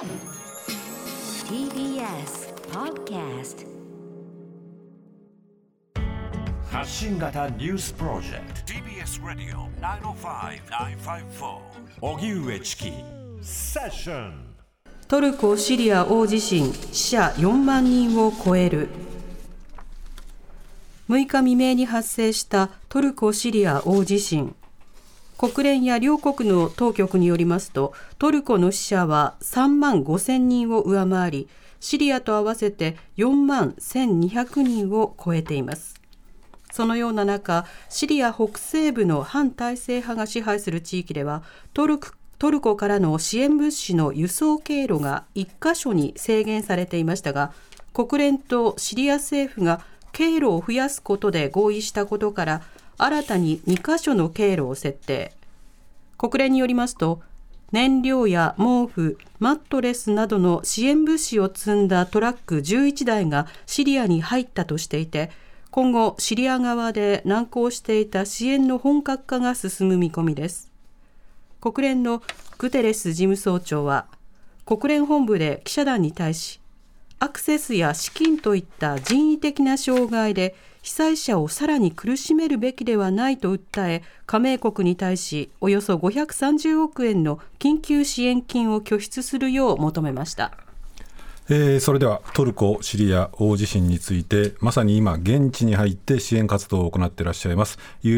TBS Podcast 発信型ニュースプロジェクト TBS ラディオ905-954おぎゅうえちきセッション。 トルコ・シリア大地震、死者4万人を超える。6日未明に発生したトルコ・シリア大地震。国連や両国の当局によりますと、トルコの死者は3万5千人を上回り、シリアと合わせて4万1200人を超えています。そのような中、シリア北西部の反体制派が支配する地域では、トルコからの支援物資の輸送経路が1カ所に制限されていましたが、国連とシリア政府が経路を増やすことで合意したことから、新たに2カ所の経路を設定。国連によりますと、燃料や毛布、マットレスなどの支援物資を積んだトラック11台がシリアに入ったとしていて、今後シリア側で難航していた支援の本格化が進む見込みです。国連のグテレス事務総長は国連本部で記者団に対し、アクセスや資金といった人為的な障害で被災者をさらに苦しめるべきではないと訴え、加盟国に対しおよそ530億円の緊急支援金を拠出するよう求めました。 それではトルコ・シリア大地震について、まさに今現地に入って支援活動を行っていらっしゃいます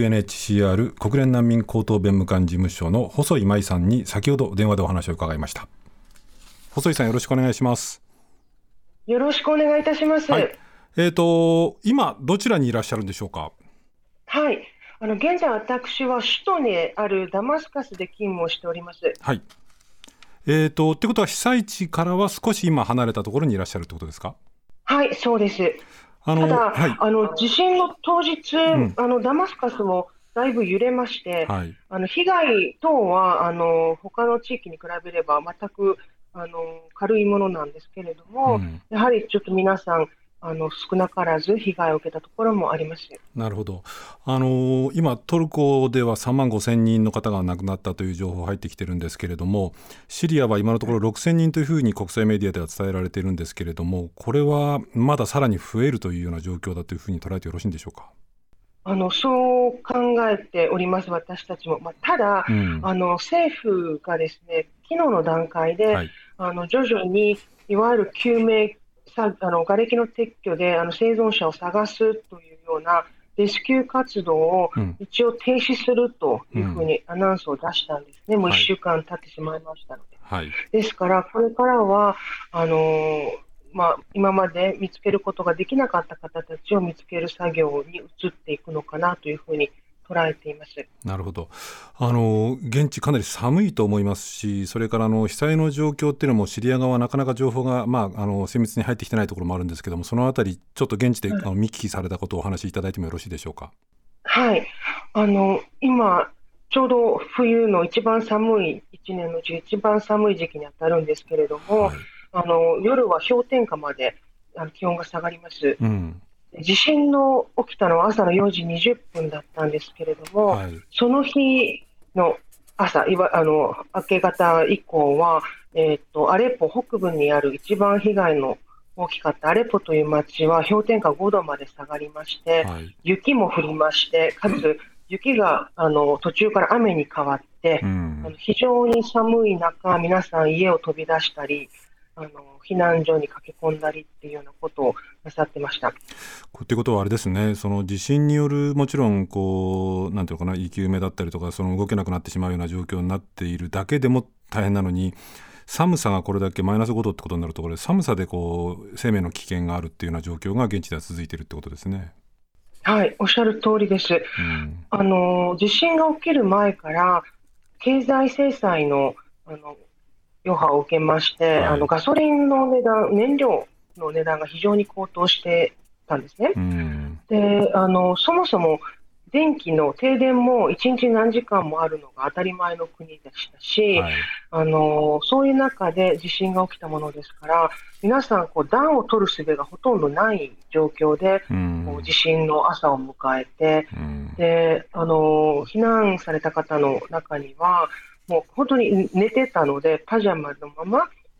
UNHCR 国連難民高等弁務官事務所の細井舞さんに先ほど電話でお話を伺いました。細井さん、よろしくお願いします。 よろしくお願いいたします。 はい、今どちらにいらっしゃるんでしょうか。 はい、現在私は首都にあるダマスカスで勤務をしております。 はい。ってことは被災地からは少し今離れたところにいらっしゃるってことですか。 はい、そうです。ただ、はい、地震の当日、ダマスカスもだいぶ揺れまして、はい、被害等は他の地域に比べれば全く軽いものなんですけれども、やはりちょっと皆さん少なからず被害を受けたところもあります。 なるほど。今トルコでは3万5千人の方が亡くなったという情報が入ってきてるんですけれども、シリアは今のところ6千人というふうに国際メディアでは伝えられているんですけれども、これはまださらに増えるというような状況だというふうに捉えてよろしいんでしょうか。 そう考えております、私たちも。ただ、政府がですね、昨日の段階で、はい、徐々にいわゆる救命瓦礫の撤去で生存者を探すというようなレスキュー活動を一応停止するというふうにアナウンスを出したんですね。もう1週間経ってしまいましたので、はい、ですからこれからは今まで見つけることができなかった方たちを見つける作業に移っていくのかなというふうに捉えています。 なるほど。現地かなり寒いと思いますし、それから被災の状況っていうのもシリア側はなかなか情報が、精密に入ってきてないところもあるんですけども、そのあたりちょっと現地で見聞きされたことをお話しいただいてもよろしいでしょうか。 はい、今ちょうど冬の一番寒い1年のうち一番寒い時期に当たるんですけれども、はい、夜は氷点下まで気温が下がります。地震の起きたのは朝の4時20分だったんですけれども、はい、その日の朝、明け方以降は、アレポ北部にある一番被害の大きかったアレポという町は氷点下5度まで下がりまして、はい、雪も降りまして、かつ雪が途中から雨に変わって、非常に寒い中、皆さん家を飛び出したり、避難所に駆け込んだりっていうようなことをなさってました。 ということはあれですね、その地震によるもちろんなんていうのかな、生き埋めだったりとか、動けなくなってしまうような状況になっているだけでも大変なのに、寒さがこれだけマイナス5度ってことになると、これ寒さで生命の危険があるっていうような状況が現地では続いているってことですね。 はい、おっしゃる通りです。地震が起きる前から経済制裁の余波を受けまして、はい、ガソリンの値段、燃料の値段が非常に高騰してたんですね。で、そもそも電気の停電も1日何時間もあるのが当たり前の国でしたし、はい、そういう中で地震が起きたものですから、皆さん暖を取る術がほとんどない状況で地震の朝を迎えて、で避難された方の中にはもう本当に寝てたのでパジャマのまま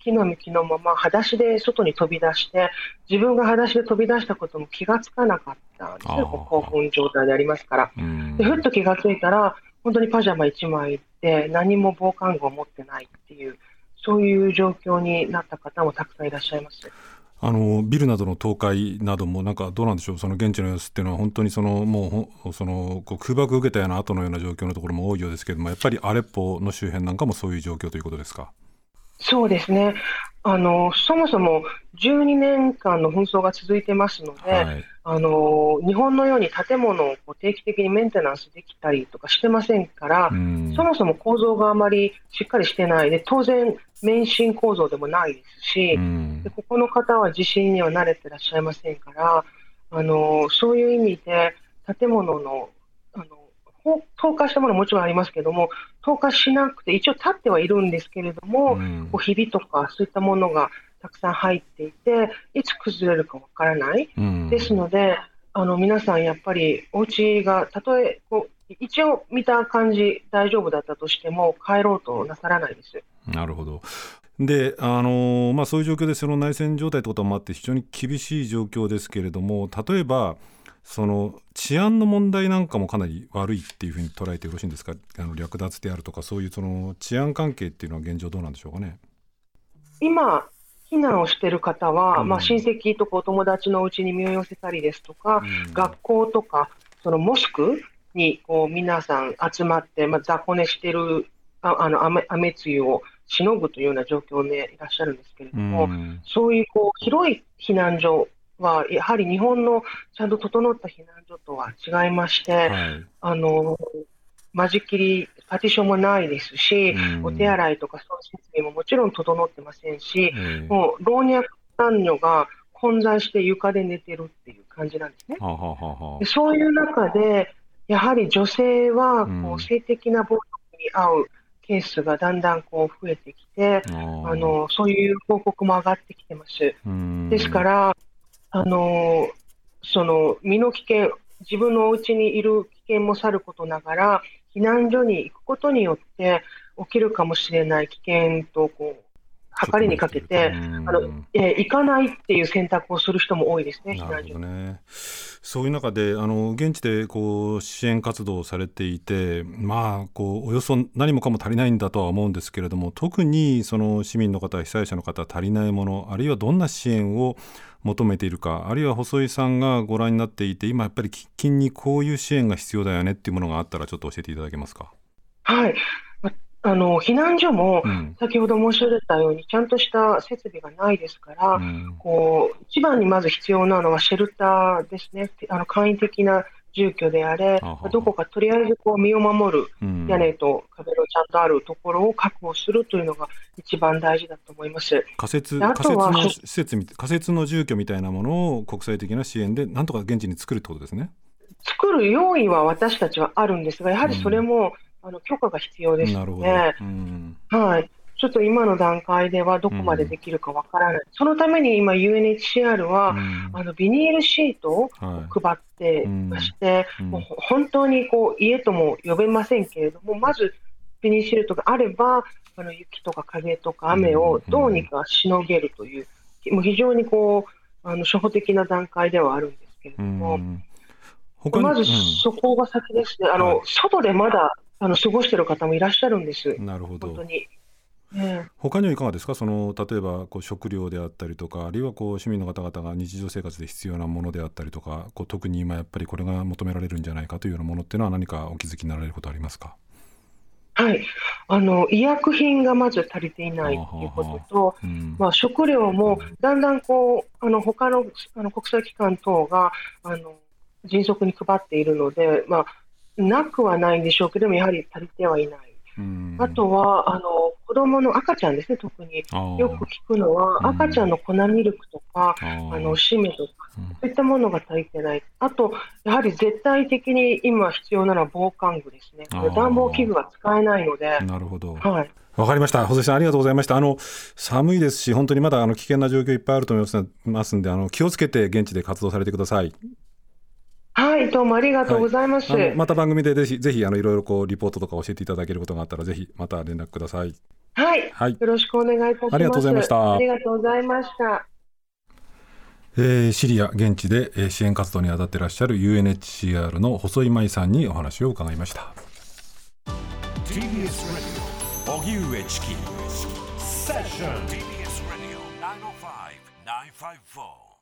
着の身着のまま裸足で外に飛び出して、自分が裸足で飛び出したことも気がつかなかったんですね。興奮状態でありますから。でふっと気がついたら本当にパジャマ1枚で何も防寒具を持ってないっていう、そういう状況になった方もたくさんいらっしゃいます。 ビルなどの倒壊などもなんかどうなんでしょう。その現地の様子っていうのは本当にもうこう空爆を受けたような後のような状況のところも多いようですけれども、やっぱりアレッポの周辺なんかもそういう状況ということですか。 そうですね。そもそも12年間の紛争が続いてますので、 はい、 日本のように建物をこう定期的にメンテナンスできたりとかしてませんから、そもそも構造があまりしっかりしてないで、当然免震構造でもないですし、でここの方は地震には慣れてらっしゃいませんから、そういう意味で建物の倒壊したものももちろんありますけども、倒壊しなくて一応立ってはいるんですけれども、こうひびとかそういったものがたくさん入っていて、いつ崩れるかわからない、ですので皆さんやっぱりお家がたとえこう一応見た感じ大丈夫だったとしても帰ろうとなさらないです。 なるほど。でそういう状況でその内戦状態ということもあって非常に厳しい状況ですけれども、例えばその治安の問題なんかもかなり悪いっていうふうに捉えてよろしいんですか。略奪であるとかそういうその治安関係っていうのは現状どうなんでしょうかね。 今避難をしている方は、親戚とかお友達のうちに身を寄せたりですとか、学校とかそのモスクにこう皆さん集まって、雑魚寝している雨露をしのぐというような状況でいらっしゃるんですけれども、そういう広い避難所はやはり日本のちゃんと整った避難所とは違いまして、間仕切りパティションもないですし、お手洗いとかそういう設備ももちろん整ってませんし、もう老若男女が混在して床で寝てるっていう感じなんですね。でそういう中でやはり女性はこう性的な暴力に遭うケースがだんだんこう増えてきて、そういう報告も上がってきてます。ですからその身の危険、自分のお家にいる危険もさることながら避難所に行くことによって起きるかもしれない危険とこう計りにかけて行かないっていう選択をする人も多いですね。避難所ね。 そういう中で現地でこう支援活動をされていて、こうおよそ何もかも足りないんだとは思うんですけれども、特にその市民の方、被災者の方足りないもの、あるいはどんな支援を求めているか、あるいは細井さんがご覧になっていて今やっぱり喫緊にこういう支援が必要だよねっていうものがあったらちょっと教えていただけますか。 はい、避難所も先ほど申し上げたようにちゃんとした設備がないですから、一番にまず必要なのはシェルターですね。簡易的な住居であれ、どこかとりあえずこう身を守る屋根と壁のちゃんとあるところを確保するというのが一番大事だと思います。仮設の住居みたいなものを国際的な支援でなんとか現地に作るってことですね。 作る用意は私たちはあるんですが、やはりそれも、許可が必要ですので、ちょっと今の段階ではどこまでできるかわからない、そのために今 UNHCR は、ビニールシートを配っていまして、もう本当にこう家とも呼べませんけれども、まずビニールシートがあれば雪とか風とか雨をどうにかしのげるという、もう非常にこう初歩的な段階ではあるんですけれども、まずそこが先ですね。外でまだ過ごしている方もいらっしゃるんです。 なるほど。 本当に。 他にはいかがですか。例えば食料であったりとか、あるいは市民の方々が日常生活で必要なものであったりとか、特に今やっぱりこれが求められるんじゃないかというようなものっていうのは何かお気づきになられることありますか。 はい、医薬品がまず足りていないということと、食料もだんだん他の国際機関等が迅速に配っているので、なくはないんでしょうけども、やはり足りてはいない。あとは子供の赤ちゃんですね。特によく聞くのは赤ちゃんの粉ミルクとかおしめとか、そういったものが足りてない。あとやはり絶対的に今必要なのは防寒具ですね。暖房器具が使えないので。 なるほど。わかりました。細井さんありがとうございました。寒いですし本当にまだ危険な状況いっぱいあると思いますので気をつけて現地で活動されてください。 はい、どうもありがとうございます。 また番組でぜひいろいろリポートとか教えていただけることがあったらぜひまた連絡ください。 はい、 はい、 よろしくお願いいたします。 ありがとうございました。 ありがとうございました。 シリア現地で支援活動に当たっていらっしゃる UNHCR の細井舞さんにお話を伺いました。 TBS ラジオ荻上チキセッション TBS ラジオ905-954